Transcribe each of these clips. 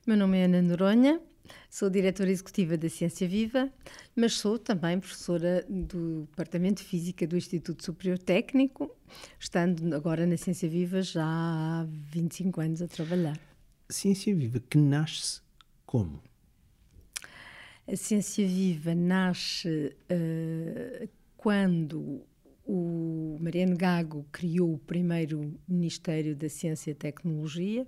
Meu nome é Ana Noronha, sou diretora executiva da Ciência Viva, mas sou também professora do Departamento de Física do Instituto Superior Técnico, estando agora na Ciência Viva já há 25 anos a trabalhar. Ciência Viva, que nasce como? A Ciência Viva nasce quando o Mariano Gago criou o primeiro Ministério da Ciência e Tecnologia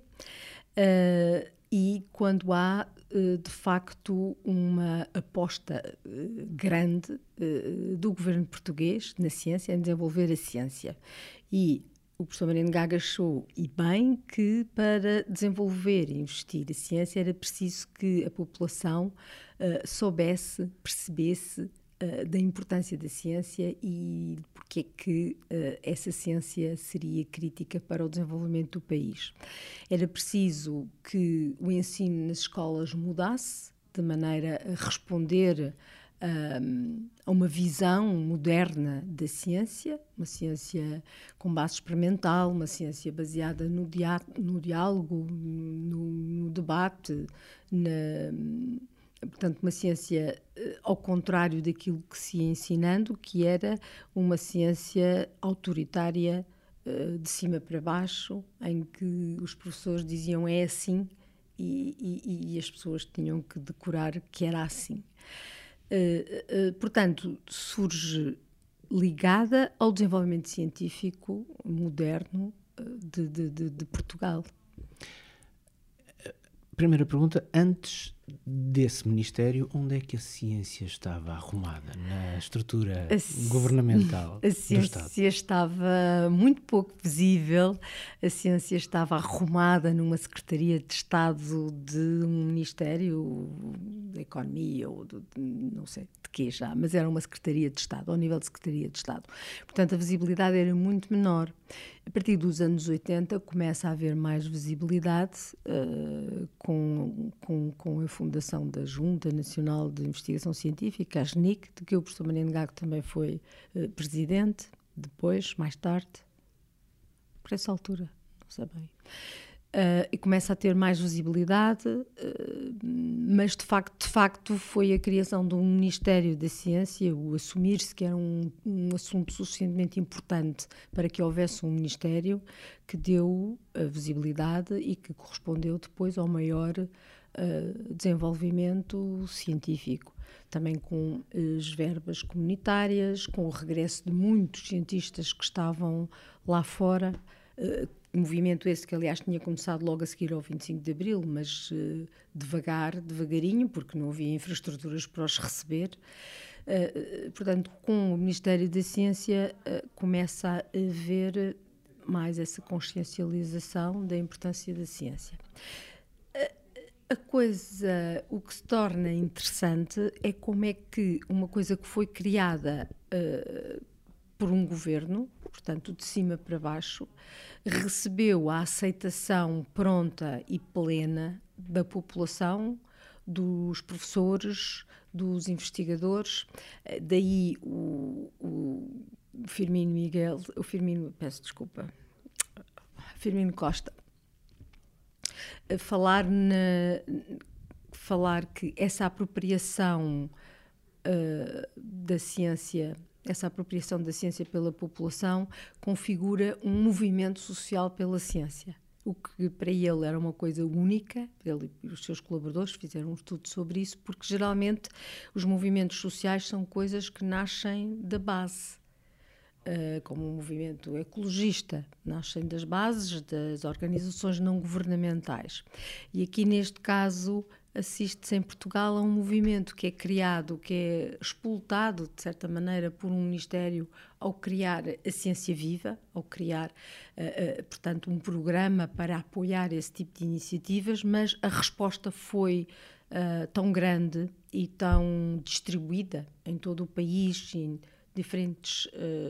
e quando há, de facto, uma aposta grande do governo português na ciência, em desenvolver a ciência. E o professor Mariano Gago achou, e bem, que para desenvolver e investir a ciência era preciso que a população soubesse, percebesse da importância da ciência e porque é que essa ciência seria crítica para o desenvolvimento do país. Era preciso que o ensino nas escolas mudasse, de maneira a responder a uma visão moderna da ciência, uma ciência com base experimental, uma ciência baseada no diálogo, no debate, portanto, uma ciência ao contrário daquilo que se ia ensinando, que era uma ciência autoritária de cima para baixo, em que os professores diziam é assim e as pessoas tinham que decorar que era assim. Portanto, surge ligada ao desenvolvimento científico moderno de Portugal. Primeira pergunta, antes desse Ministério, onde é que a ciência estava arrumada na estrutura governamental do Estado? A ciência estava muito pouco visível, a ciência estava arrumada numa Secretaria de Estado de um Ministério da Economia ou não sei de quê já, mas era uma Secretaria de Estado, ao nível de Secretaria de Estado. Portanto, a visibilidade era muito menor. A partir dos anos 80 começa a haver mais visibilidade com a fundação da Junta Nacional de Investigação Científica, a GNIC, de que o professor Mariano Gago também foi presidente, depois, mais tarde, por essa altura, não sei bem. E começa a ter mais visibilidade, mas de facto foi a criação de um Ministério da Ciência, o assumir-se que era um assunto suficientemente importante para que houvesse um Ministério, que deu a visibilidade e que correspondeu depois ao maior desenvolvimento científico, também com as verbas comunitárias, com o regresso de muitos cientistas que estavam lá fora, movimento esse que, aliás, tinha começado logo a seguir ao 25 de Abril, mas devagarinho, porque não havia infraestruturas para os receber. Portanto, com o Ministério da Ciência começa a haver mais essa consciencialização da importância da ciência. O que se torna interessante é como é que uma coisa que foi criada por um governo, portanto, de cima para baixo, recebeu a aceitação pronta e plena da população, dos professores, dos investigadores. Daí o Firmino Costa, falar que essa apropriação da ciência pela população configura um movimento social pela ciência, o que para ele era uma coisa única. Ele e os seus colaboradores fizeram um estudo sobre isso, porque geralmente os movimentos sociais são coisas que nascem da base, como um movimento ecologista, nascem das bases das organizações não governamentais. E aqui, neste caso, assiste-se em Portugal a um movimento que é criado, que é expultado, de certa maneira, por um Ministério ao criar a Ciência Viva, ao criar, portanto, um programa para apoiar esse tipo de iniciativas, mas a resposta foi tão grande e tão distribuída em todo o país, em diferentes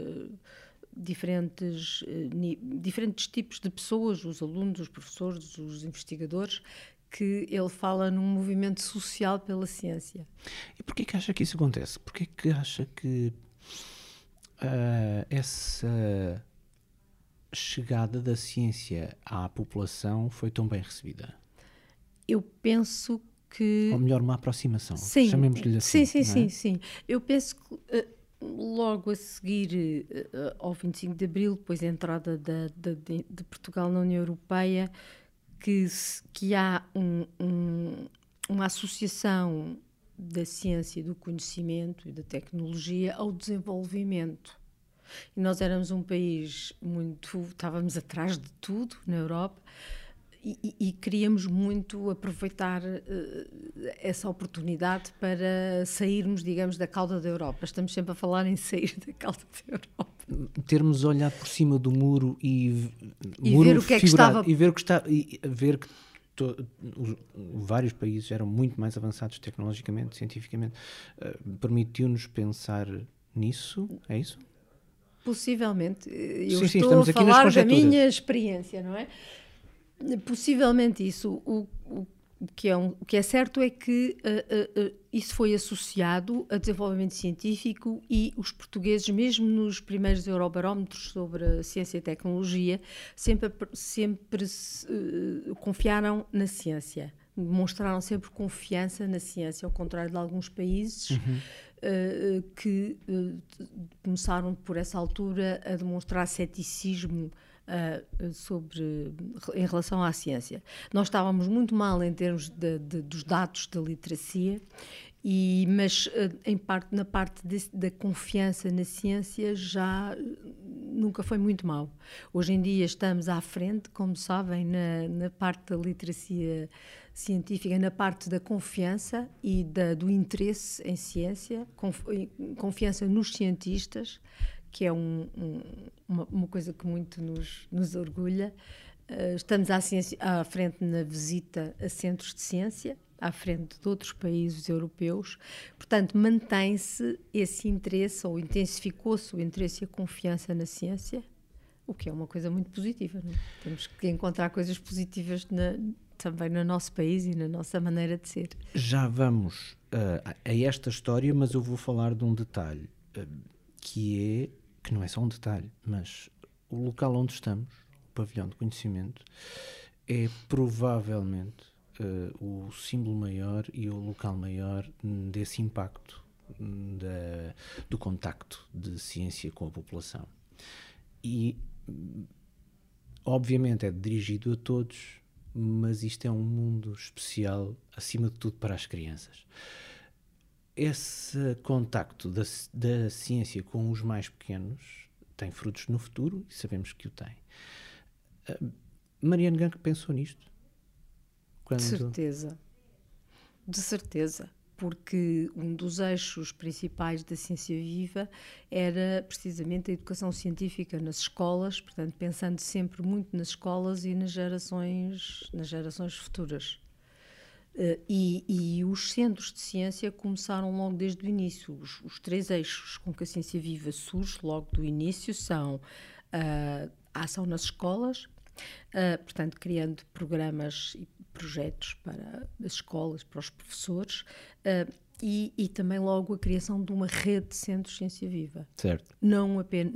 tipos de pessoas, os alunos, os professores, os investigadores, que ele fala num movimento social pela ciência. E porquê que acha que isso acontece? Porquê que acha que essa chegada da ciência à população foi tão bem recebida? Eu penso que... Ou melhor, uma aproximação, sim, chamemos-lhe assim. Sim. Eu penso que logo a seguir ao 25 de Abril, depois a entrada de Portugal na União Europeia, que há uma associação da ciência, do conhecimento e da tecnologia ao desenvolvimento. E nós éramos um país estávamos atrás de tudo na Europa, e queríamos muito aproveitar essa oportunidade para sairmos, digamos, da cauda da Europa. Estamos sempre a falar em sair da cauda da Europa. Termos olhado por cima do muro e ver o que é que estava... E ver que vários países eram muito mais avançados tecnologicamente, cientificamente. Permitiu-nos pensar nisso? É isso? Possivelmente. Eu sim, estou a falar da minha experiência, não é? Possivelmente isso. O que é certo é que isso foi associado a desenvolvimento científico, e os portugueses, mesmo nos primeiros eurobarómetros sobre a ciência e tecnologia, sempre confiaram na ciência, demonstraram sempre confiança na ciência, ao contrário de alguns países que começaram por essa altura a demonstrar ceticismo em relação à ciência. Nós estávamos muito mal em termos dos dados da literacia, mas na parte da confiança na ciência já nunca foi muito mal. Hoje em dia estamos à frente, como sabem, na parte da literacia científica, na parte da confiança e do interesse em ciência, confiança nos cientistas, que é uma coisa que muito nos orgulha. Estamos à frente na visita a centros de ciência, à frente de outros países europeus. Portanto, mantém-se esse interesse, ou intensificou-se o interesse e a confiança na ciência, o que é uma coisa muito positiva, não é? Temos que encontrar coisas positivas também no nosso país e na nossa maneira de ser. Já vamos a esta história, mas eu vou falar de um detalhe, que não é só um detalhe, mas o local onde estamos, o pavilhão de conhecimento, é provavelmente o símbolo maior e o local maior desse impacto do contacto de ciência com a população. E, obviamente, é dirigido a todos, mas isto é um mundo especial, acima de tudo, para as crianças. Esse contacto da ciência com os mais pequenos tem frutos no futuro, e sabemos que o tem. Marianne Gank pensou nisto? De certeza, porque um dos eixos principais da Ciência Viva era precisamente a educação científica nas escolas, portanto, pensando sempre muito nas escolas e nas gerações futuras. E os centros de ciência começaram logo desde o início. Os 3 eixos com que a Ciência Viva surge logo do início são a ação nas escolas, portanto, criando programas e projetos para as escolas, para os professores, e também logo a criação de uma rede de centros de Ciência Viva. Certo. Não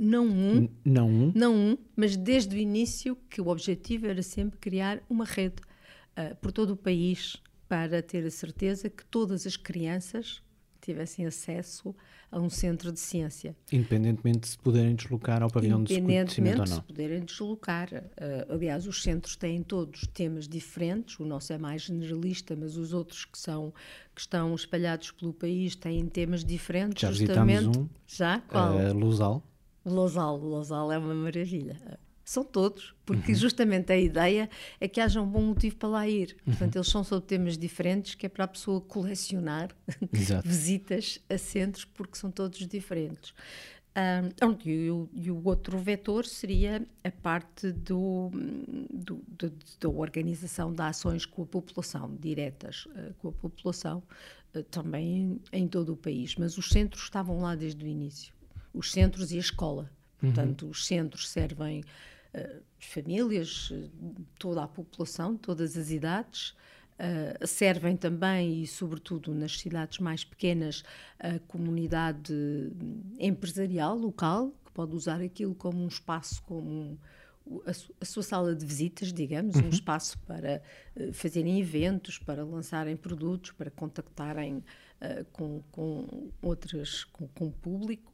um, mas desde o início que o objetivo era sempre criar uma rede por todo o país, para ter a certeza que todas as crianças tivessem acesso a um centro de ciência. Independentemente de se poderem deslocar ao pavilhão de conhecimento ou não. Independentemente de se poderem deslocar. Aliás, os centros têm todos temas diferentes. O nosso é mais generalista, mas os outros que estão espalhados pelo país têm temas diferentes. Já visitámos um? Já? Qual? Lousal. Lousal é uma maravilha. São todos, porque justamente a ideia é que haja um bom motivo para lá ir. Portanto, eles são sobre temas diferentes, que é para a pessoa colecionar visitas a centros, porque são todos diferentes. E o outro vetor seria a parte da organização de ações com a população, diretas com a população, também em todo o país. Mas os centros estavam lá desde o início. Os centros e a escola. Portanto, os centros servem as famílias, toda a população, todas as idades, servem também, e sobretudo nas cidades mais pequenas, a comunidade empresarial local, que pode usar aquilo como um espaço, como a sua sala de visitas, digamos, um espaço para fazerem eventos, para lançarem produtos, para contactarem com o público.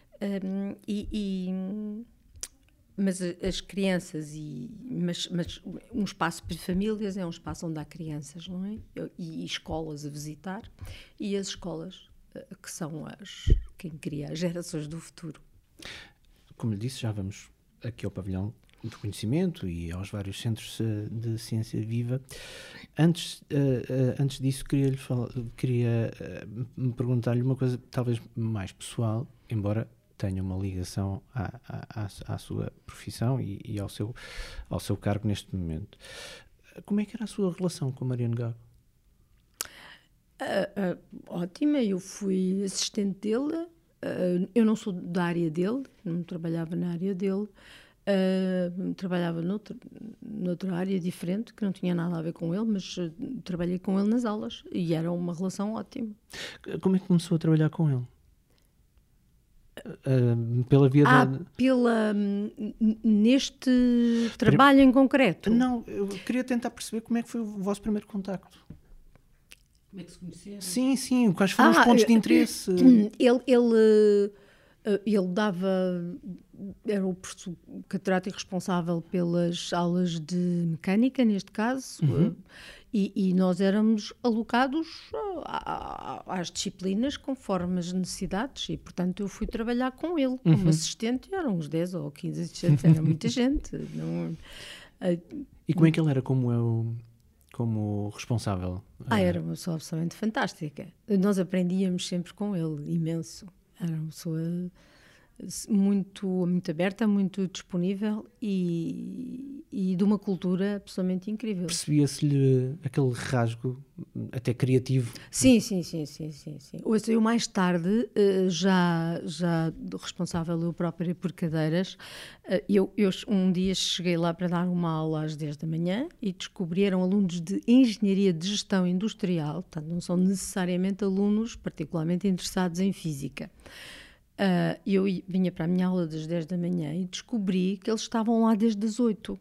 Mas as crianças, mas um espaço para famílias é um espaço onde há crianças, não é? E escolas a visitar, e as escolas que são quem cria as gerações do futuro. Como lhe disse, já vamos aqui ao pavilhão do conhecimento e aos vários centros de ciência viva. Antes disso, queria perguntar-lhe uma coisa talvez mais pessoal, embora tenha uma ligação à sua profissão e ao seu cargo neste momento. Como é que era a sua relação com Mariano Gago? Ótima, eu fui assistente dele, eu não sou da área dele, não trabalhava na área dele, trabalhava noutra área diferente, que não tinha nada a ver com ele, mas trabalhei com ele nas aulas e era uma relação ótima. Como é que começou a trabalhar com ele? Pela via neste trabalho em concreto? Não, eu queria tentar perceber como é que foi o vosso primeiro contacto. Como é que se conheceram? Sim, quais foram os pontos de interesse? Ele dava, era o professor catedrático responsável pelas aulas de mecânica, neste caso, e nós éramos alocados às disciplinas conforme as necessidades, e portanto eu fui trabalhar com ele como assistente, e eram uns 10 ou 15 assistentes, era muita gente. E como é que ele era como responsável? Era uma pessoa absolutamente fantástica. Nós aprendíamos sempre com ele, imenso. Era uma pessoa muito aberta, muito disponível e de uma cultura absolutamente incrível. Percebia-se-lhe aquele rasgo até criativo? Sim. Eu mais tarde, já responsável eu própria por cadeiras, eu um dia cheguei lá para dar uma aula às 10 da manhã e descobriram alunos de Engenharia de Gestão Industrial, portanto não são necessariamente alunos particularmente interessados em Física. Eu vinha para a minha aula das 10 da manhã e descobri que eles estavam lá desde as 8.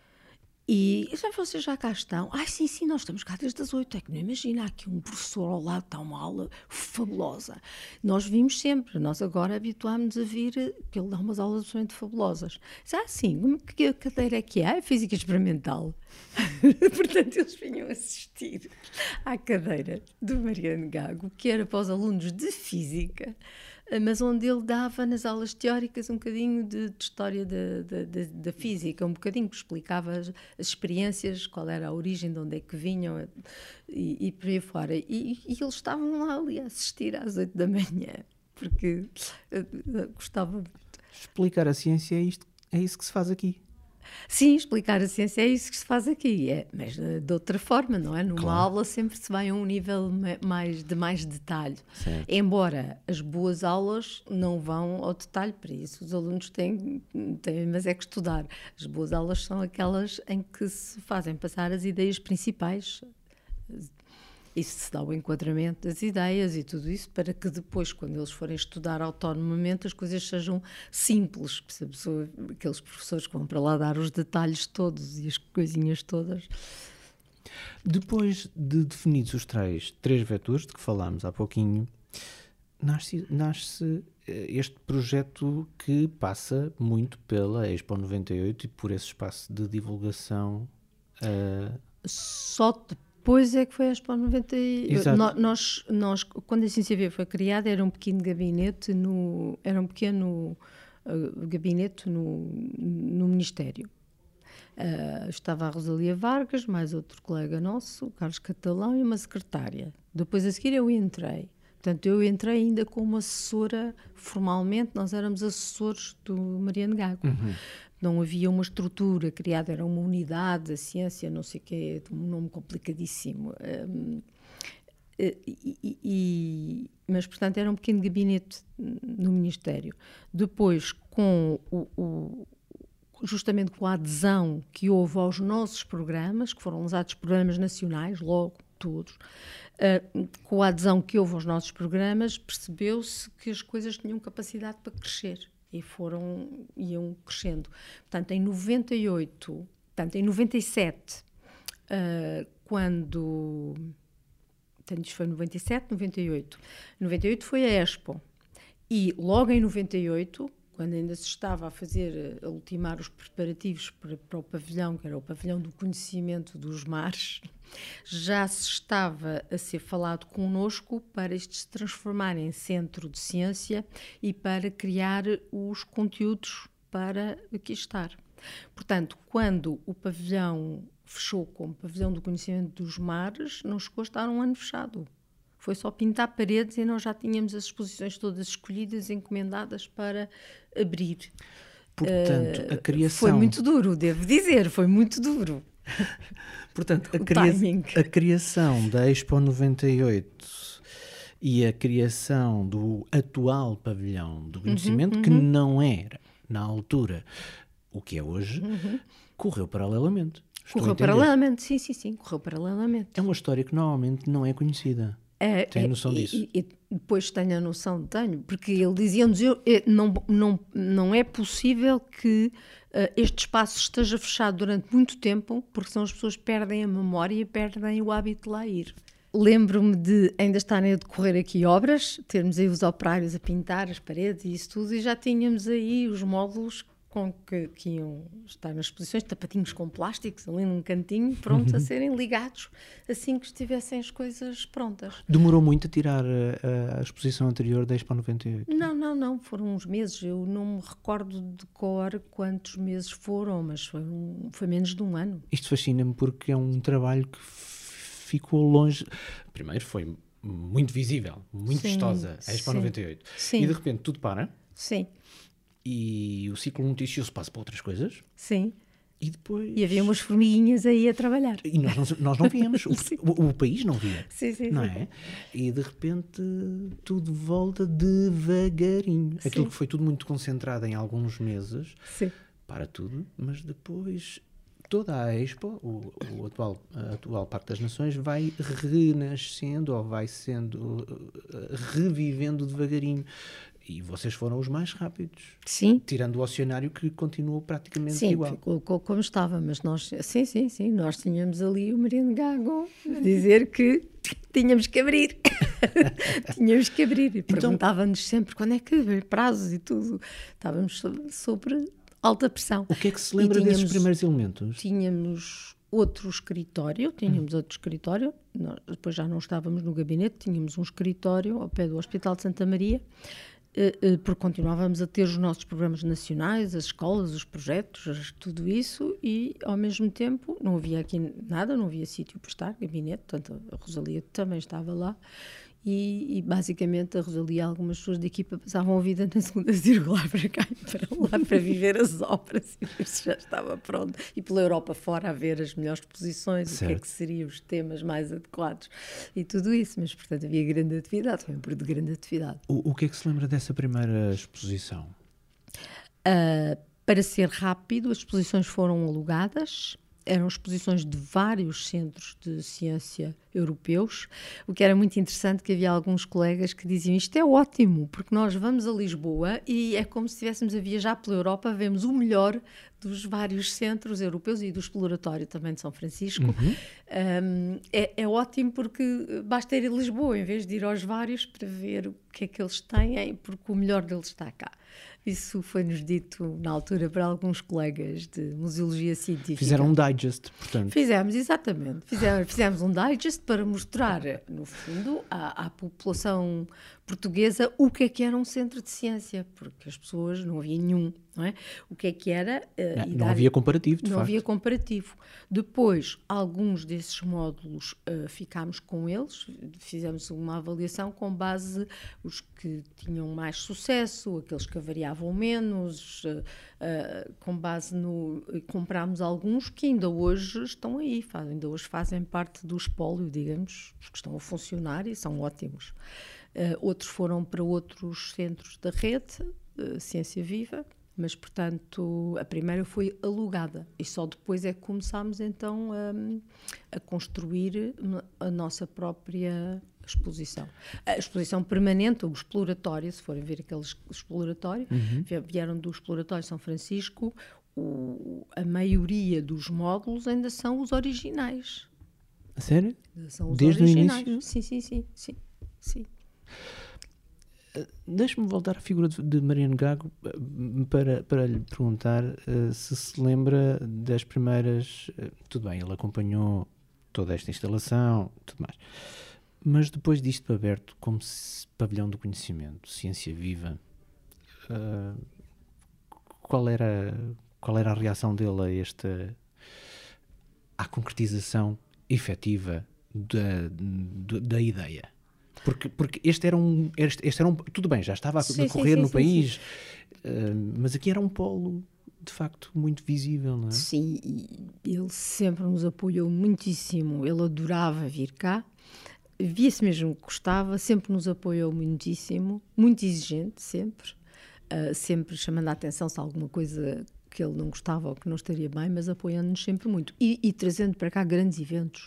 E vocês já cá estão? Sim, nós estamos cá desde as 8. É que não imagina, há aqui um professor ao lado, está uma aula fabulosa. Nós vimos sempre, nós agora habituámos-nos a vir, que ele dá umas aulas absolutamente fabulosas. Sim, que cadeira é que é? É Física Experimental. Portanto, eles vinham assistir à cadeira do Mariano Gago, que era para os alunos de Física, mas onde ele dava nas aulas teóricas um bocadinho de história da física, um bocadinho que explicava as experiências, qual era a origem, de onde é que vinham e por aí fora. E eles estavam lá ali a assistir às 8 da manhã, porque gostava muito. Explicar a ciência é isso que se faz aqui. Sim, explicar a ciência é isso que se faz aqui, mas de outra forma, não é? Numa aula sempre se vai a um nível de mais detalhe. Certo. Embora as boas aulas não vão ao detalhe, para isso os alunos têm mas é que estudar. As boas aulas são aquelas em que se fazem passar as ideias principais. Isso se dá o enquadramento das ideias e tudo isso para que depois, quando eles forem estudar autonomamente, as coisas sejam simples. Aqueles professores que vão para lá dar os detalhes todos e as coisinhas todas. Depois de definidos os tais 3 vetores de que falámos há pouquinho, nasce este projeto que passa muito pela Expo 98 e por esse espaço de divulgação. Só depois é que foi a Expo 98. Exato. Nós, quando a Ciência Viva foi criada, era um pequeno gabinete no Ministério. Estava a Rosalia Vargas, mais outro colega nosso, o Carlos Catalão, e uma secretária. Depois a seguir eu entrei. Portanto, eu entrei ainda como assessora, formalmente, nós éramos assessores do Mariano Gago. Não havia uma estrutura criada, era uma unidade, a ciência, não sei o quê, um nome complicadíssimo. Mas, portanto, era um pequeno gabinete no Ministério. Depois, justamente com a adesão que houve aos nossos programas, que foram lançados programas nacionais, logo todos, com a adesão que houve aos nossos programas, percebeu-se que as coisas tinham capacidade para crescer. e iam crescendo. Portanto, em 97, quando... Portanto, isto foi 97, 98. 98 foi a Expo. E logo em 98, quando ainda se estava a ultimar os preparativos para o pavilhão, que era o pavilhão do conhecimento dos mares, já se estava a ser falado connosco para isto se transformar em centro de ciência e para criar os conteúdos para aqui estar. Portanto, quando o pavilhão fechou como pavilhão do conhecimento dos mares, não chegou a estar um ano fechado. Foi só pintar paredes e nós já tínhamos as exposições todas escolhidas, encomendadas para abrir. Portanto, a criação... Foi muito duro, devo dizer, foi muito duro. Portanto, a criação da Expo 98 e a criação do atual pavilhão do conhecimento, que não era, na altura, o que é hoje, correu paralelamente. Correu paralelamente, sim, correu paralelamente. É uma história que normalmente não é conhecida. Tenho noção disso. E depois tenho a noção, porque ele dizia-nos, não é possível que este espaço esteja fechado durante muito tempo, porque senão as pessoas perdem a memória e perdem o hábito de lá ir. Lembro-me de ainda estarem a decorrer aqui obras, termos aí os operários a pintar as paredes e isso tudo, e já tínhamos aí os módulos que iam estar nas exposições, tapatinhos com plásticos ali num cantinho, prontos a serem ligados assim que estivessem as coisas prontas. Demorou muito a tirar a exposição anterior da Expo 98? Não, foram uns meses. Eu não me recordo de cor quantos meses foram, mas foi menos de um ano. Isto fascina-me porque é um trabalho que ficou longe. Primeiro foi muito visível, muito vistosa a Expo 98. Sim. E de repente tudo para. Sim. E o ciclo noticioso passa para outras coisas. Sim. E depois... E havia umas formiguinhas aí a trabalhar. E nós não víamos. o país não via. Sim. Não é? E de repente tudo volta devagarinho. Sim. Aquilo que foi tudo muito concentrado em alguns meses, Sim. para tudo, mas depois toda a Expo, a atual Parque das Nações, vai renascendo ou vai sendo revivendo devagarinho. E vocês foram os mais rápidos. Sim. Tirando o oceanário, que continuou praticamente igual. Sim, ficou como estava, mas nós... Sim, nós tínhamos ali o Mariano Gago a dizer que tínhamos que abrir. Tínhamos que abrir. E perguntava-nos sempre quando é que haver prazos e tudo. Estávamos sobre alta pressão. O que é que se lembra desses primeiros elementos? Tínhamos outro escritório, nós depois já não estávamos no gabinete, tínhamos um escritório ao pé do Hospital de Santa Maria, porque continuávamos a ter os nossos programas nacionais, as escolas, os projetos, tudo isso, e ao mesmo tempo não havia aqui nada, não havia sítio para estar, gabinete, portanto a Rosalia também estava lá, e basicamente a Rosalia e algumas pessoas da equipa passavam a vida na segunda circular para cá e para lá para viver as obras, e isso já estava pronto, e pela Europa fora a ver as melhores posições, certo. O que é que seriam os temas mais adequados e tudo isso, mas portanto havia grande atividade, foi um período de grande atividade. O que é que se lembra dessa primeira exposição? Para ser rápido, as exposições foram alugadas. Eram exposições de vários centros de ciência europeus, o que era muito interessante, que havia alguns colegas que diziam isto é ótimo, porque nós vamos a Lisboa e é como se estivéssemos a viajar pela Europa, vemos o melhor dos vários centros europeus e do exploratório também de São Francisco. É ótimo porque basta ir a Lisboa em vez de ir aos vários para ver o que é que eles têm, porque o melhor deles está cá. Isso foi-nos dito na altura para alguns colegas de museologia científica. Fizeram um digest, portanto. Fizemos, exatamente. Fizemos um digest para mostrar, no fundo, à população portuguesa o que era um centro de ciência, porque as pessoas não havia nenhum, não é? O que era... Não havia comparativo, de facto. Não havia comparativo. Depois, alguns desses módulos ficámos com eles, fizemos uma avaliação com base os que tinham mais sucesso, aqueles que variavam menos, com base no... Comprámos alguns que ainda hoje estão aí, ainda hoje fazem parte do espólio, digamos, que estão a funcionar e são ótimos. Outros foram para outros centros da rede, Ciência Viva, mas, portanto, a primeira foi alugada e só depois é que começámos, então, a construir a nossa própria A exposição permanente, o exploratório, se forem ver aquele exploratório, vieram do exploratório São Francisco, a maioria dos módulos ainda são os originais. A sério? São os Desde originais. o início? Sim. Deixe-me voltar à figura de Mariano Gago para lhe perguntar se lembra das primeiras... tudo bem, ele acompanhou toda esta instalação, tudo mais. Mas depois disto aberto como pavilhão do conhecimento, ciência viva, qual era a reação dele à concretização efetiva da ideia? Porque este era um... Tudo bem, já estava a decorrer no país, mas aqui era um polo, de facto, muito visível, não é? Sim, e ele sempre nos apoiou muitíssimo. Ele adorava vir cá. Via-se mesmo que gostava, sempre nos apoiou muitíssimo, muito exigente, sempre. Sempre chamando a atenção se há alguma coisa que ele não gostava ou que não estaria bem, mas apoiando-nos sempre muito. E trazendo para cá grandes eventos.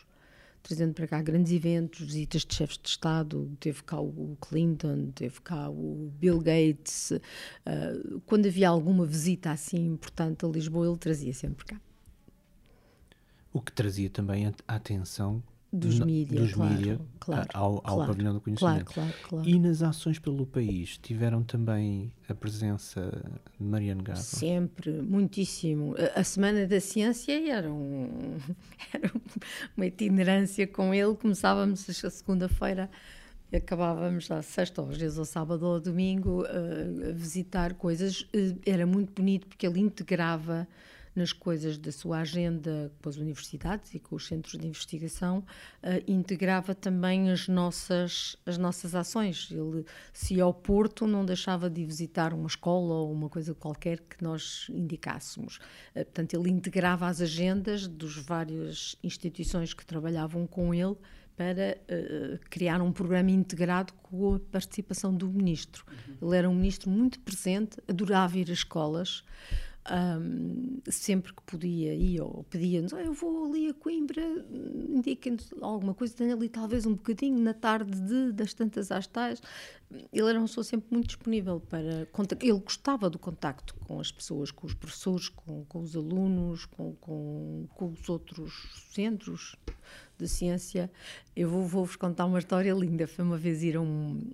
Visitas de chefes de Estado, teve cá o Clinton, teve cá o Bill Gates. Quando havia alguma visita assim importante a Lisboa, ele trazia sempre cá. O que trazia também a atenção dos mídias, claro, ao pavilhão do conhecimento. Claro. E nas ações pelo país, tiveram também a presença de Mariano Gago? Sempre, muitíssimo. A Semana da Ciência era uma itinerância com ele. Começávamos a segunda-feira e acabávamos à sexta, ou às vezes ao sábado ou ao domingo, a visitar coisas. Era muito bonito porque ele integrava nas coisas da sua agenda com as universidades e com os centros de investigação, integrava também as nossas ações. Ele, se ia ao Porto, não deixava de visitar uma escola ou uma coisa qualquer que nós indicássemos. Portanto, ele integrava as agendas das várias instituições que trabalhavam com ele para criar um programa integrado com a participação do ministro. Ele era um ministro muito presente, adorava ir às escolas. Sempre que podia ia ou pedia-nos, eu vou ali a Coimbra, indiquem-nos alguma coisa, tenho ali talvez um bocadinho na tarde das tantas às tais. Ele era uma pessoa sempre muito disponível para... Ele gostava do contacto com as pessoas, com os professores, com os alunos, com os outros centros de ciência. Eu vou-vos contar uma história linda. Foi uma vez ir a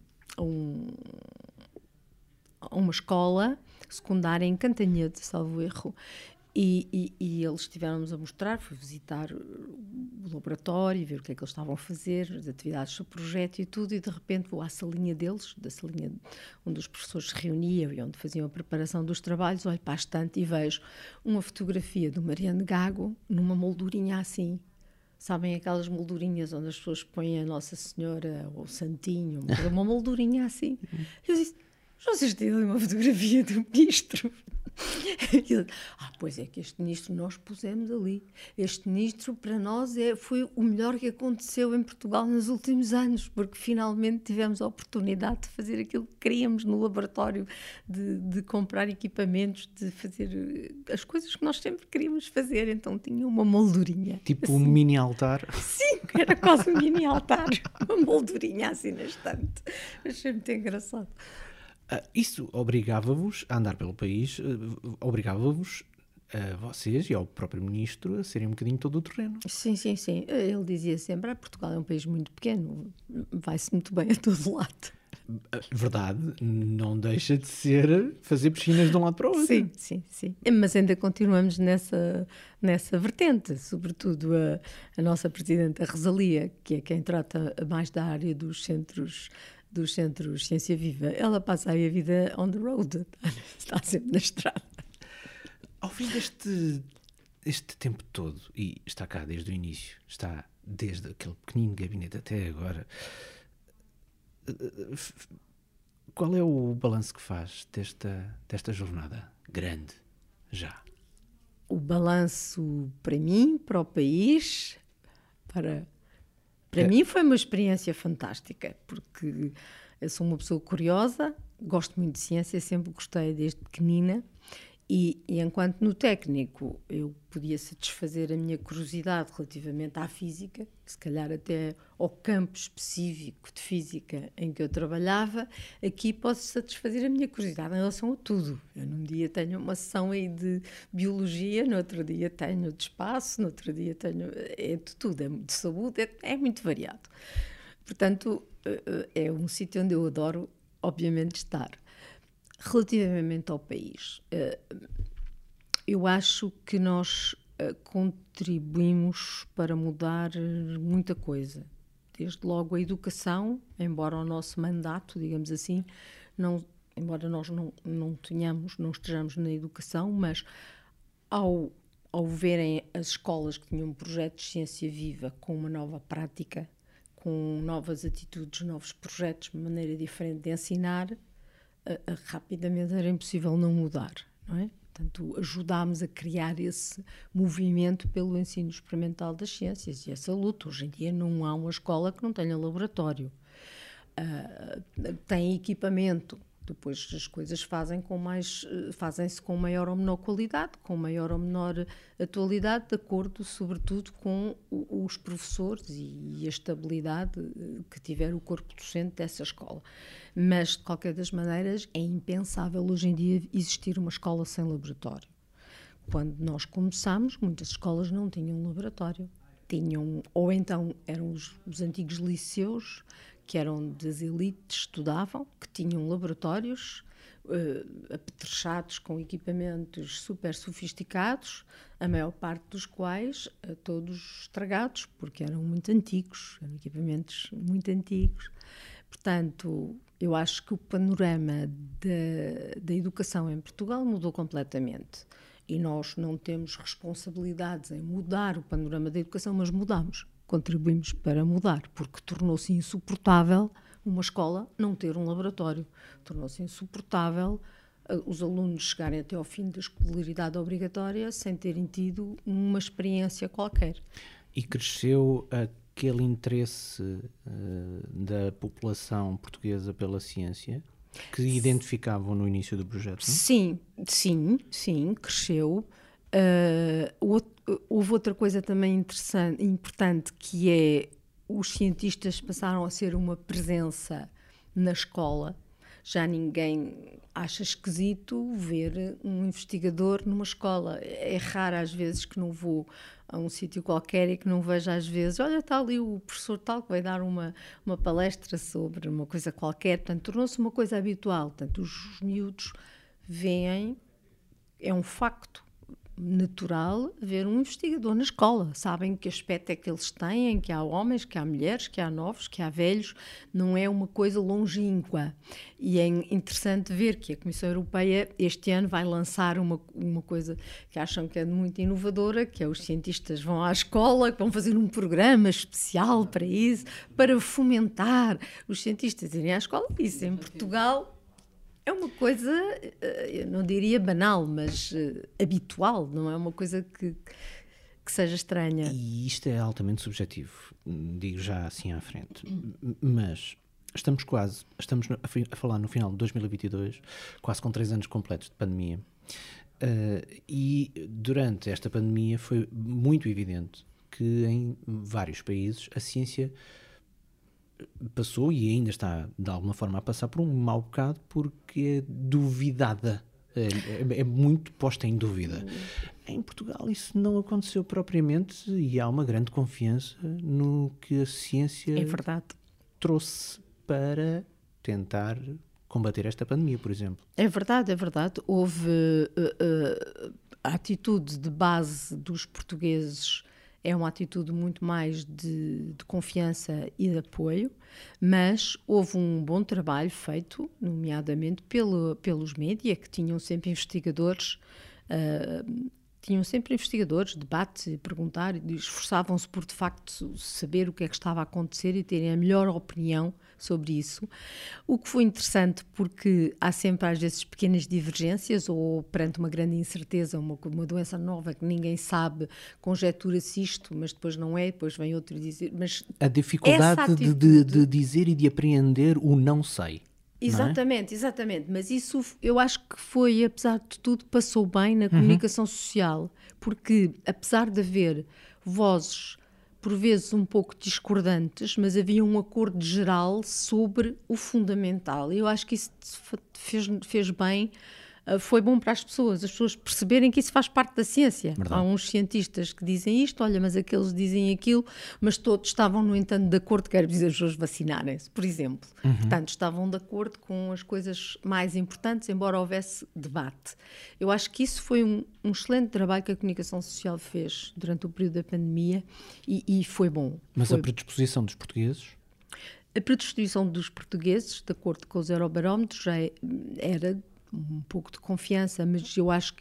uma escola secundária em Cantanhede, salvo erro, e eles estiveram-nos a mostrar, fui visitar o laboratório, ver o que é que eles estavam a fazer, as atividades do projeto e tudo, e de repente vou à salinha deles, da salinha onde os professores se reuniam e onde faziam a preparação dos trabalhos, olho para a estante e vejo uma fotografia do Mariano Gago numa moldurinha assim. Sabem aquelas moldurinhas onde as pessoas põem a Nossa Senhora ou o Santinho, uma moldurinha assim. Eu disse, vocês têm ali uma fotografia do ministro? Ele, pois é que este ministro nós pusemos ali. Este ministro para nós foi o melhor que aconteceu em Portugal nos últimos anos, porque finalmente tivemos a oportunidade de fazer aquilo que queríamos no laboratório, de comprar equipamentos, de fazer as coisas que nós sempre queríamos fazer. Então tinha uma moldurinha. Tipo assim. Um mini altar? Sim, era quase um mini altar. Uma moldurinha assim na estante. Achei muito engraçado. Isso obrigava-vos a andar pelo país, obrigava-vos a vocês e ao próprio ministro a serem um bocadinho todo o terreno. Sim. Ele dizia sempre, Portugal é um país muito pequeno, vai-se muito bem a todo lado. Verdade, não deixa de ser fazer piscinas de um lado para o outro. Sim. Mas ainda continuamos nessa vertente, sobretudo a nossa Presidenta Rosalia, que é quem trata mais da área dos centros Ciência Viva. Ela passa aí a vida on the road, está sempre na estrada. Ao fim este tempo todo, e está cá desde o início, está desde aquele pequenino gabinete até agora, qual é o balanço que faz desta jornada grande, já? O balanço para mim, para o país, para mim foi uma experiência fantástica, porque eu sou uma pessoa curiosa, gosto muito de ciência, sempre gostei desde pequenina, E enquanto no técnico eu podia satisfazer a minha curiosidade relativamente à física, se calhar até ao campo específico de física em que eu trabalhava, aqui posso satisfazer a minha curiosidade em relação a tudo. Eu num dia tenho uma sessão aí de biologia, no outro dia tenho de espaço, no outro dia tenho... É de tudo, é de saúde, é muito variado. Portanto, é um sítio onde eu adoro, obviamente, estar. Relativamente ao país, eu acho que nós contribuímos para mudar muita coisa. Desde logo a educação, embora o nosso mandato, digamos assim, embora nós não estejamos na educação, mas ao verem as escolas que tinham projetos de ciência viva com uma nova prática, com novas atitudes, novos projetos, uma maneira diferente de ensinar, rapidamente era impossível não mudar, não é? Portanto, ajudámos a criar esse movimento pelo ensino experimental das ciências e essa luta. Hoje em dia não há uma escola que não tenha laboratório. Tem equipamento. Depois as coisas fazem-se com maior ou menor qualidade, com maior ou menor atualidade, de acordo, sobretudo, com os professores e a estabilidade que tiver o corpo docente dessa escola. Mas, de qualquer das maneiras, é impensável hoje em dia existir uma escola sem laboratório. Quando nós começámos, muitas escolas não tinham laboratório. Ou então eram os antigos liceus, que eram das elites, estudavam, que tinham laboratórios apetrechados com equipamentos super sofisticados, a maior parte dos quais todos estragados, porque eram muito antigos, eram equipamentos muito antigos. Portanto, eu acho que o panorama da educação em Portugal mudou completamente. E nós não temos responsabilidades em mudar o panorama da educação, mas mudamos. Contribuímos para mudar, porque tornou-se insuportável uma escola não ter um laboratório. Tornou-se insuportável os alunos chegarem até ao fim da escolaridade obrigatória sem terem tido uma experiência qualquer. E cresceu aquele interesse da população portuguesa pela ciência que identificavam no início do projeto, não? Sim, cresceu. Houve outra coisa também importante, que é os cientistas passaram a ser uma presença na escola. Já ninguém acha esquisito ver um investigador numa escola. É raro às vezes que não vou a um sítio qualquer e que não vejo às vezes, olha, está ali o professor tal que vai dar uma palestra sobre uma coisa qualquer. Portanto, tornou-se uma coisa habitual. Portanto, os miúdos veem, é um facto natural ver um investigador na escola. Sabem que aspecto é que eles têm, que há homens, que há mulheres, que há novos, que há velhos. Não é uma coisa longínqua. E é interessante ver que a Comissão Europeia este ano vai lançar uma coisa que acham que é muito inovadora, que é os cientistas vão à escola, que vão fazer um programa especial para isso, para fomentar os cientistas irem à escola. Isso em Portugal é uma coisa, eu não diria banal, mas habitual, não é uma coisa que seja estranha. E isto é altamente subjetivo, digo já assim à frente. Mas estamos a falar no final de 2022, quase com 3 anos completos de pandemia. E durante esta pandemia foi muito evidente que em vários países a ciência passou e ainda está de alguma forma a passar por um mau bocado porque é duvidada, é muito posta em dúvida. Em Portugal isso não aconteceu propriamente e há uma grande confiança no que a ciência trouxe para tentar combater esta pandemia, por exemplo. É verdade. Houve a atitude de base dos portugueses. É uma atitude muito mais de confiança e de apoio, mas houve um bom trabalho feito, nomeadamente pelos média, que tinham sempre investigadores, debates e perguntar, e esforçavam-se por, de facto, saber o que é que estava a acontecer e terem a melhor opinião sobre isso. O que foi interessante, porque há sempre, às vezes, pequenas divergências ou perante uma grande incerteza, uma doença nova que ninguém sabe, conjetura-se isto, mas depois não é, depois vem outro dizer... Mas a dificuldade de dizer e de apreender o não sei. Exatamente, exatamente. Mas isso eu acho que foi, apesar de tudo, passou bem na comunicação social, porque apesar de haver vozes por vezes um pouco discordantes, mas havia um acordo geral sobre o fundamental. E eu acho que isso fez bem. Foi bom para as pessoas perceberem que isso faz parte da ciência. Verdade. Há uns cientistas que dizem isto, olha, mas aqueles dizem aquilo, mas todos estavam, no entanto, de acordo, quero dizer, as pessoas vacinarem-se, por exemplo. Portanto, estavam de acordo com as coisas mais importantes, embora houvesse debate. Eu acho que isso foi um excelente trabalho que a comunicação social fez durante o período da pandemia e foi bom. Mas a predisposição dos portugueses? A predisposição dos portugueses, de acordo com os eurobarómetros, já era um pouco de confiança, mas eu acho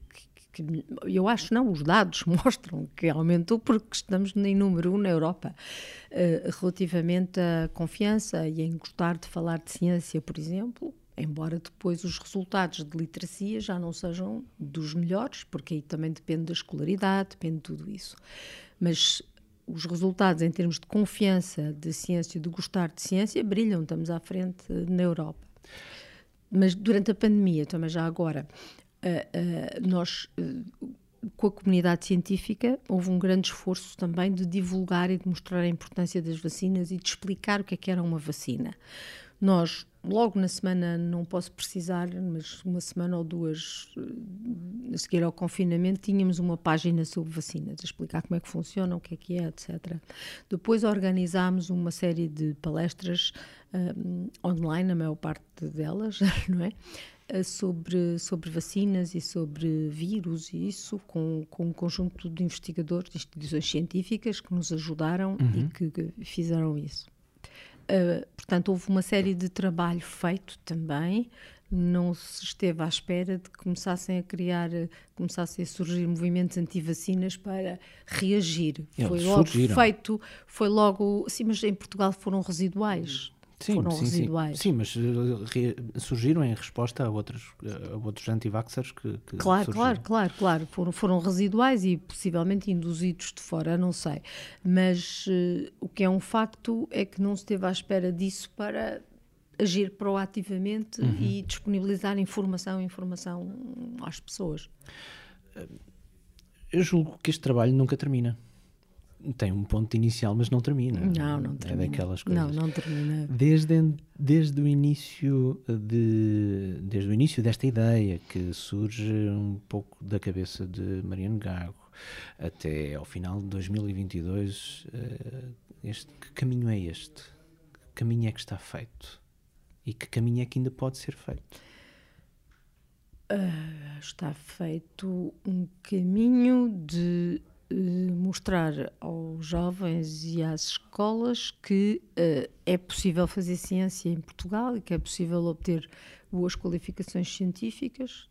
os dados mostram que aumentou porque estamos em número 1 na Europa relativamente à confiança e em gostar de falar de ciência, por exemplo, embora depois os resultados de literacia já não sejam dos melhores, porque aí também depende da escolaridade, depende de tudo isso. Mas os resultados em termos de confiança de ciência e de gostar de ciência brilham, estamos à frente na Europa. Mas durante a pandemia, também já agora, nós, com a comunidade científica, houve um grande esforço também de divulgar e de mostrar a importância das vacinas e de explicar o que era uma vacina. Nós, logo na semana, não posso precisar, mas uma semana ou duas a seguir ao confinamento, tínhamos uma página sobre vacinas, a explicar como é que funciona, o que é, etc. Depois organizámos uma série de palestras online, a maior parte delas, não é? Sobre vacinas e sobre vírus e isso, com um conjunto de investigadores, de instituições científicas que nos ajudaram e que fizeram isso. Portanto, houve uma série de trabalho feito também, não se esteve à espera de que começassem a surgir movimentos anti-vacinas para reagir. Foi logo feito, foi logo, sim, mas em Portugal foram residuais. Sim, mas surgiram em resposta a outros anti-vaxxers que Claro, foram residuais e possivelmente induzidos de fora, não sei. Mas o que é um facto é que não se esteve à espera disso para agir proativamente e disponibilizar informação às pessoas. Eu julgo que este trabalho nunca termina. Tem um ponto inicial, mas não termina. Não termina. É daquelas coisas. Não termina. Desde o início desta ideia, que surge um pouco da cabeça de Mariano Gago, até ao final de 2022, que caminho é este? Que caminho é que está feito? E que caminho é que ainda pode ser feito? Está feito um caminho de mostrar aos jovens e às escolas que é possível fazer ciência em Portugal e que é possível obter boas qualificações científicas.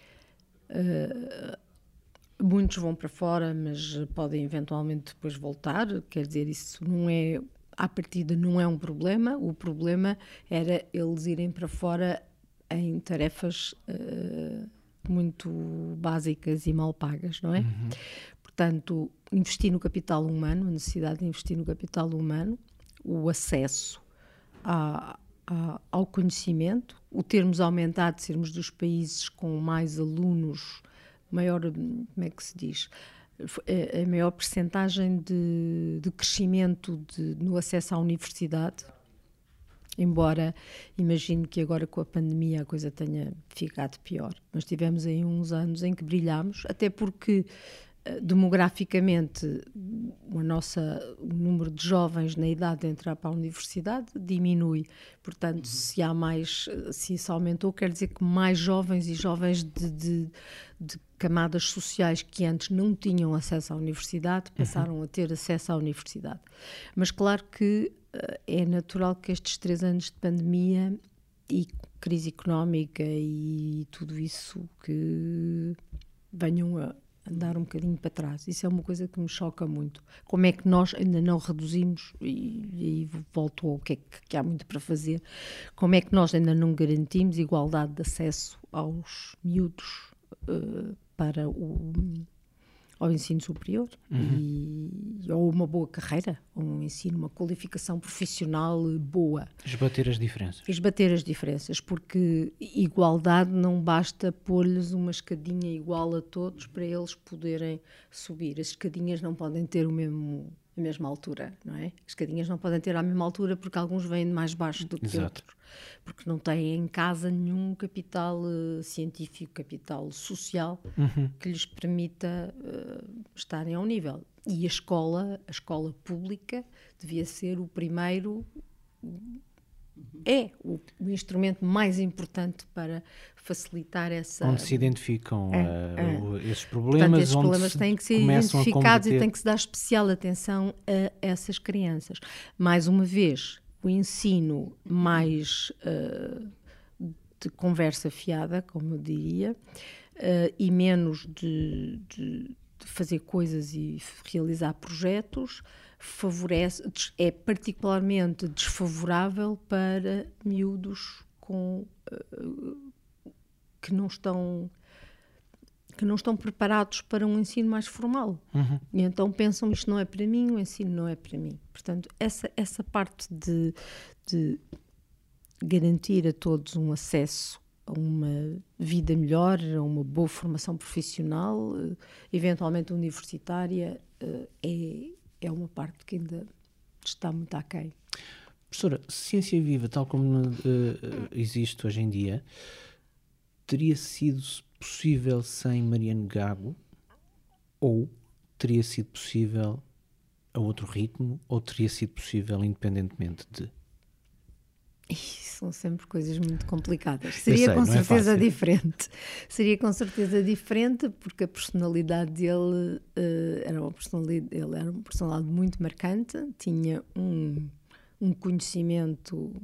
Muitos vão para fora, mas podem eventualmente depois voltar. Quer dizer, isso não é, à partida, não é um problema. O problema era eles irem para fora em tarefas muito básicas e mal pagas, não é? Portanto, investir no capital humano, a necessidade de investir no capital humano, o acesso ao conhecimento, o termos aumentado, sermos dos países com mais alunos, maior, como é que se diz, a maior percentagem de crescimento no acesso à universidade, embora imagino que agora com a pandemia a coisa tenha ficado pior, mas tivemos aí uns anos em que brilhámos, até porque demograficamente o número de jovens na idade de entrar para a universidade diminui, portanto se isso aumentou, quer dizer que mais jovens e jovens de camadas sociais que antes não tinham acesso à universidade passaram a ter acesso à universidade. Mas claro que é natural que estes 3 anos de pandemia e crise económica e tudo isso que venham a andar um bocadinho para trás. Isso é uma coisa que me choca muito. Como é que nós ainda não reduzimos, e volto ao que é que há muito para fazer, como é que nós ainda não garantimos igualdade de acesso aos miúdos para ao ensino superior ou uma boa carreira, ou um ensino, uma qualificação profissional boa. Esbater as diferenças. Esbater as diferenças, porque igualdade não basta pôr-lhes uma escadinha igual a todos para eles poderem subir. As escadinhas não podem ter a mesma altura, não é? As escadinhas não podem ter a mesma altura porque alguns vêm de mais baixo do que outros. Porque não têm em casa nenhum capital científico, capital social que lhes permita estarem ao nível. E a escola pública devia ser o primeiro, o instrumento mais importante para facilitar essa... Onde se identificam esses problemas. Portanto, esses problemas têm que ser identificados e tem que se dar especial atenção a essas crianças. Mais uma vez, o ensino mais de conversa fiada, como eu diria, e menos de fazer coisas e realizar projetos, é particularmente desfavorável para miúdos que não estão preparados para um ensino mais formal. E então pensam, isto não é para mim, o ensino não é para mim. Portanto, essa parte de garantir a todos um acesso a uma vida melhor, a uma boa formação profissional, eventualmente universitária, é uma parte que ainda está muito aquém. Professora, ciência viva, tal como existe hoje em dia, teria sido possível sem Mariano Gago, ou teria sido possível a outro ritmo, ou teria sido possível independentemente de? São sempre coisas muito complicadas. Seria com certeza diferente. Seria com certeza diferente, porque a personalidade dele era uma personalidade muito marcante, tinha um conhecimento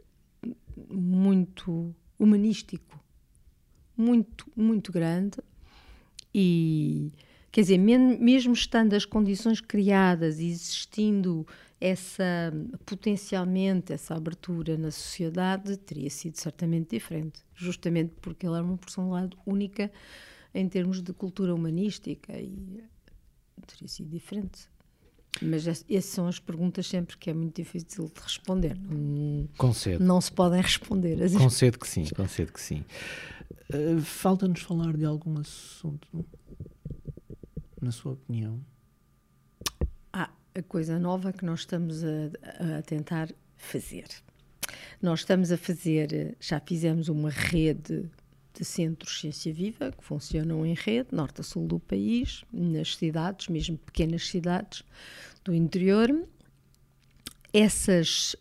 muito humanístico, muito, muito grande, e quer dizer, mesmo estando as condições criadas e existindo potencialmente essa abertura na sociedade, teria sido certamente diferente, justamente porque ele era uma personalidade única em termos de cultura humanística, e teria sido diferente. Mas essas são as perguntas sempre que é muito difícil de responder. Concedo. Não se podem responder. Concedo que sim. Falta-nos falar de algum assunto, na sua opinião? A coisa nova que nós estamos a tentar fazer. Nós estamos a fazer, já fizemos uma rede de centros Ciência Viva, que funcionam em rede, norte a sul do país, nas cidades, mesmo pequenas cidades do interior. Essas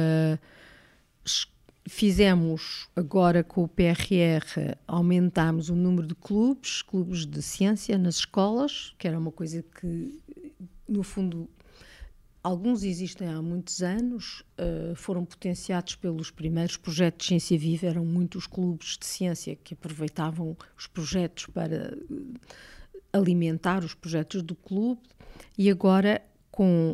fizemos agora com o PRR, aumentámos o número de clubes de ciência nas escolas, que era uma coisa que, no fundo, alguns existem há muitos anos, foram potenciados pelos primeiros projetos de Ciência Viva. Eram muitos clubes de ciência que aproveitavam os projetos para alimentar os projetos do clube, e agora, com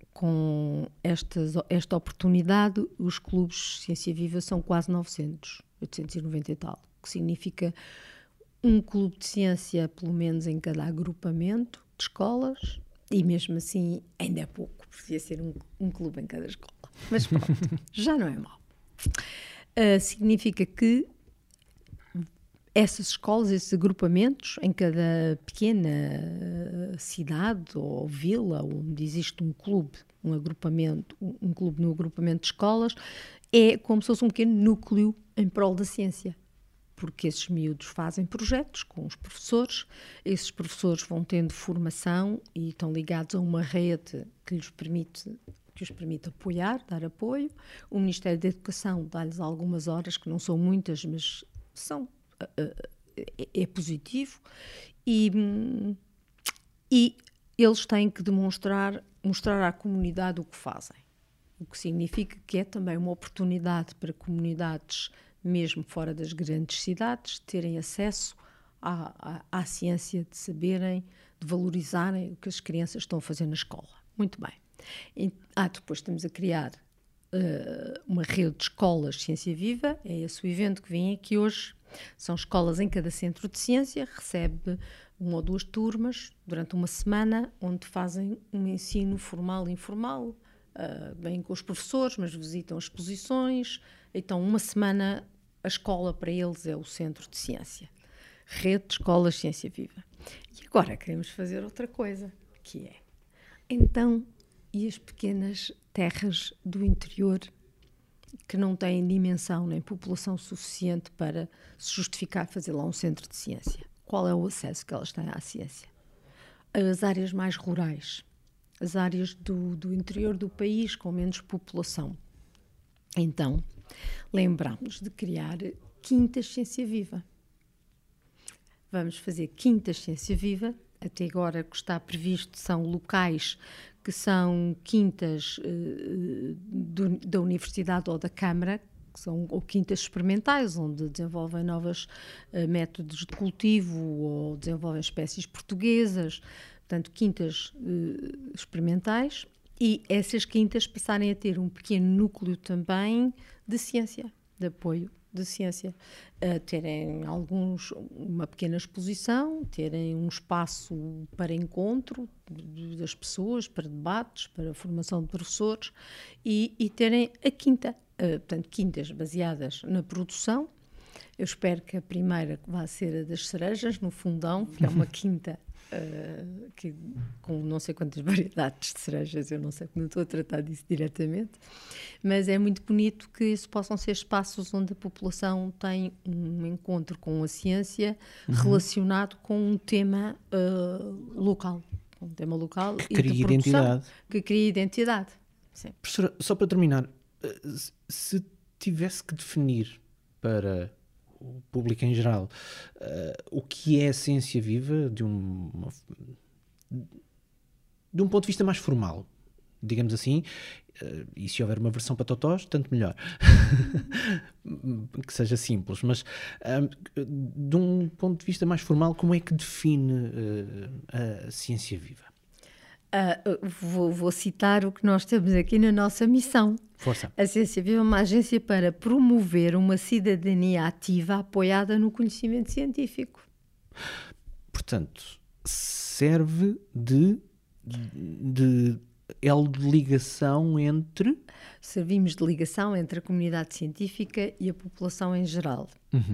esta oportunidade, os clubes de Ciência Viva são quase 900, 890 e tal, o que significa um clube de ciência, pelo menos em cada agrupamento de escolas, e mesmo assim ainda é pouco, devia ser um clube em cada escola. Mas pronto, já não é mau. Significa que essas escolas, esses agrupamentos, em cada pequena cidade ou vila onde existe um clube no agrupamento de escolas, é como se fosse um pequeno núcleo em prol da ciência. Porque esses miúdos fazem projetos com os professores, esses professores vão tendo formação e estão ligados a uma rede que os permite apoiar, dar apoio. O Ministério da Educação dá-lhes algumas horas, que não são muitas, mas é positivo, e eles têm que mostrar à comunidade o que fazem, o que significa que é também uma oportunidade para comunidades, mesmo fora das grandes cidades, terem acesso à ciência, de saberem, de valorizarem o que as crianças estão a fazer na escola. Muito bem. Depois estamos a criar uma rede de escolas de Ciência Viva. É esse o evento que vem aqui hoje. São escolas em cada centro de ciência, recebe uma ou duas turmas durante uma semana, onde fazem um ensino formal e informal, vêm com os professores, mas visitam exposições. Então, uma semana, a escola para eles é o centro de ciência. Rede de Escolas Ciência Viva. E agora queremos fazer outra coisa, que é, então, e as pequenas terras do interior que não têm dimensão nem população suficiente para se justificar fazer lá um centro de ciência? Qual é o acesso que elas têm à ciência? As áreas mais rurais, as áreas do interior do país com menos população. Então, lembramos de criar quintas Ciência Viva. Vamos fazer quintas Ciência Viva. Até agora, o que está previsto são locais que são quintas da Universidade ou da Câmara, que são ou quintas experimentais, onde desenvolvem novos métodos de cultivo ou desenvolvem espécies portuguesas. Portanto, quintas experimentais, e essas quintas passarem a ter um pequeno núcleo também de ciência, de apoio de ciência, terem uma pequena exposição, terem um espaço para encontro das pessoas, para debates, para formação de professores, e terem a quinta, portanto, quintas baseadas na produção. Eu espero que a primeira vá ser a das cerejas, no Fundão, que é uma quinta com não sei quantas variedades de cerejas, eu não sei, não estou a tratar disso diretamente, mas é muito bonito que isso possam ser espaços onde a população tem um encontro com a ciência relacionado com um tema local, um tema local que e de cria produção, identidade. que cria identidade. Sim. Professora, só para terminar, se tivesse que definir para o público em geral o que é a ciência viva de um ponto de vista mais formal, digamos assim, e se houver uma versão para totós, tanto melhor, que seja simples, mas de um ponto de vista mais formal, como é que define a ciência viva? Vou citar o que nós temos aqui na nossa missão. Força. A Ciência Viva é uma agência para promover uma cidadania ativa apoiada no conhecimento científico. Portanto, serve de elo de ligação entre... Servimos de ligação entre a comunidade científica e a população em geral.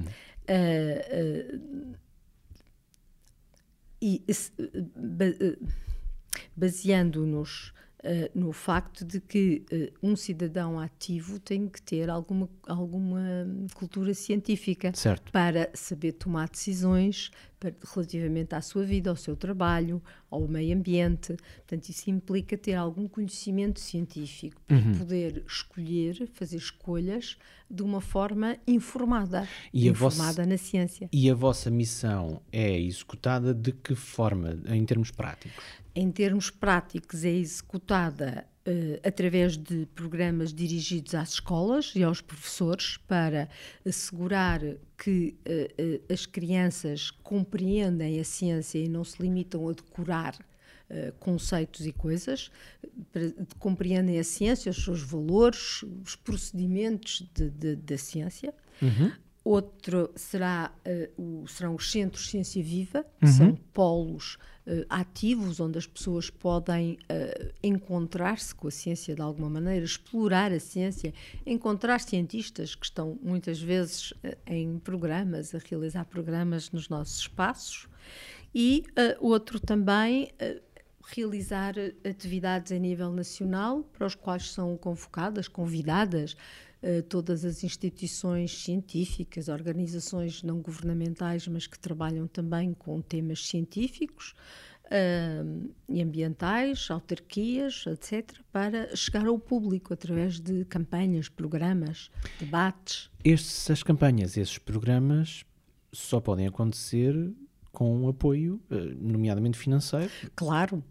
Baseando-nos no facto de que um cidadão ativo tem que ter alguma cultura científica, certo, para saber tomar decisões relativamente à sua vida, ao seu trabalho, ao meio ambiente. Portanto, isso implica ter algum conhecimento científico para poder escolher, fazer escolhas de uma forma informada, na ciência. E a vossa missão é executada de que forma, em termos práticos? Em termos práticos, é executada através de programas dirigidos às escolas e aos professores para assegurar que as crianças compreendem a ciência e não se limitam a decorar conceitos e coisas, compreendem a ciência, os seus valores, os procedimentos da ciência. Outro serão os centros Ciência Viva, que são polos ativos, onde as pessoas podem encontrar-se com a ciência de alguma maneira, explorar a ciência, encontrar cientistas que estão muitas vezes em programas, a realizar programas nos nossos espaços. E outro também, realizar atividades a nível nacional, para os quais são convidadas todas as instituições científicas, organizações não governamentais, mas que trabalham também com temas científicos e ambientais, autarquias, etc., para chegar ao público através de campanhas, programas, debates. Essas campanhas, esses programas, só podem acontecer com apoio, nomeadamente financeiro. Claro.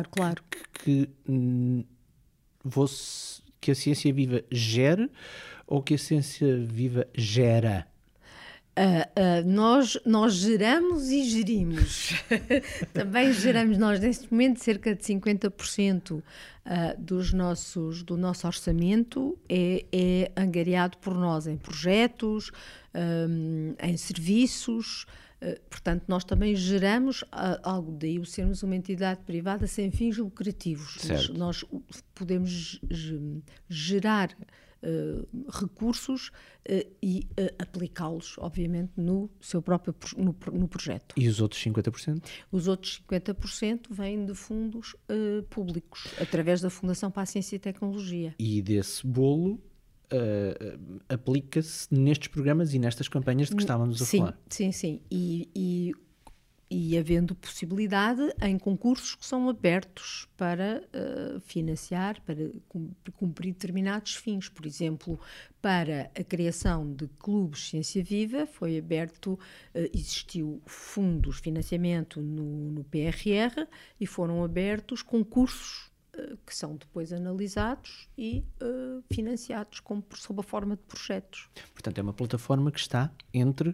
Que a Ciência Viva gere ou que a Ciência Viva gera? Nós geramos e gerimos. Também geramos. Nós, neste momento, cerca de 50% do nosso orçamento é angariado por nós em projetos, em serviços, Portanto, nós também geramos algo, daí o sermos uma entidade privada sem fins lucrativos. Nós podemos gerar recursos e aplicá-los, obviamente, no seu próprio no projeto. E os outros 50%? Os outros 50% vêm de fundos públicos, através da Fundação para a Ciência e Tecnologia. E desse bolo aplica-se nestes programas e nestas campanhas de que estávamos a falar? Sim. E havendo possibilidade em concursos que são abertos para financiar, para cumprir determinados fins. Por exemplo, para a criação de clubes Ciência Viva, foi aberto, existiu fundos, financiamento no PRR, e foram abertos concursos que são depois analisados e financiados sob a forma de projetos. Portanto, é uma plataforma que está entre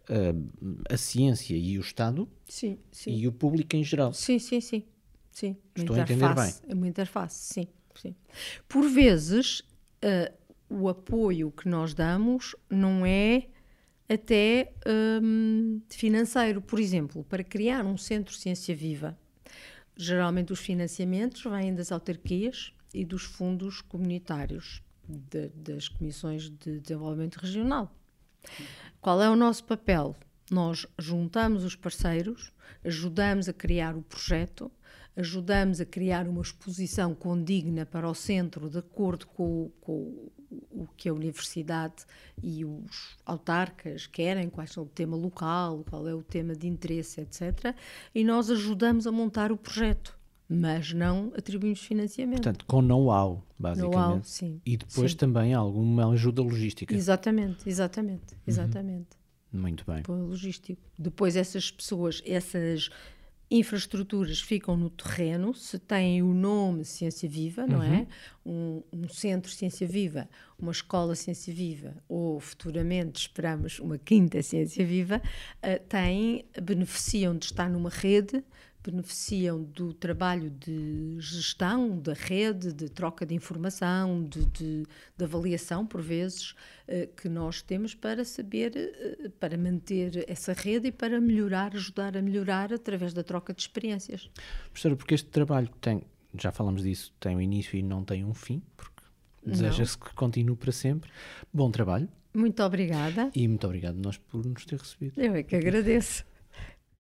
a ciência e o Estado, sim. E o público em geral. Sim. Estou a entender bem. É uma interface, sim. Por vezes, o apoio que nós damos não é até financeiro. Por exemplo, para criar um centro Ciência Viva, geralmente os financiamentos vêm das autarquias e dos fundos comunitários, das comissões de desenvolvimento regional. Qual é o nosso papel? Nós juntamos os parceiros, ajudamos a criar o projeto, ajudamos a criar uma exposição condigna para o centro, de acordo com o que a universidade e os autarcas querem, qual é o tema local, qual é o tema de interesse, etc. E nós ajudamos a montar o projeto, mas não atribuímos financiamento. Portanto, com know-how, basicamente. Know-how, sim. E depois também alguma ajuda logística. Exatamente. Muito bem. Apoio logístico. Depois essas pessoas, essas infraestruturas ficam no terreno, se têm o nome Ciência Viva, não é? Um centro Ciência Viva, uma escola Ciência Viva, ou futuramente esperamos uma quinta Ciência Viva, beneficiam de estar numa rede, beneficiam do trabalho de gestão da rede, de troca de informação, de avaliação, por vezes, que nós temos para saber, para manter essa rede e para melhorar, ajudar a melhorar através da troca de experiências. Professora, porque este trabalho tem, já falamos disso, tem um início e não tem um fim, porque deseja-se que continue para sempre. Bom trabalho. Muito obrigada. E muito obrigado nós por nos ter recebido. Eu é que agradeço.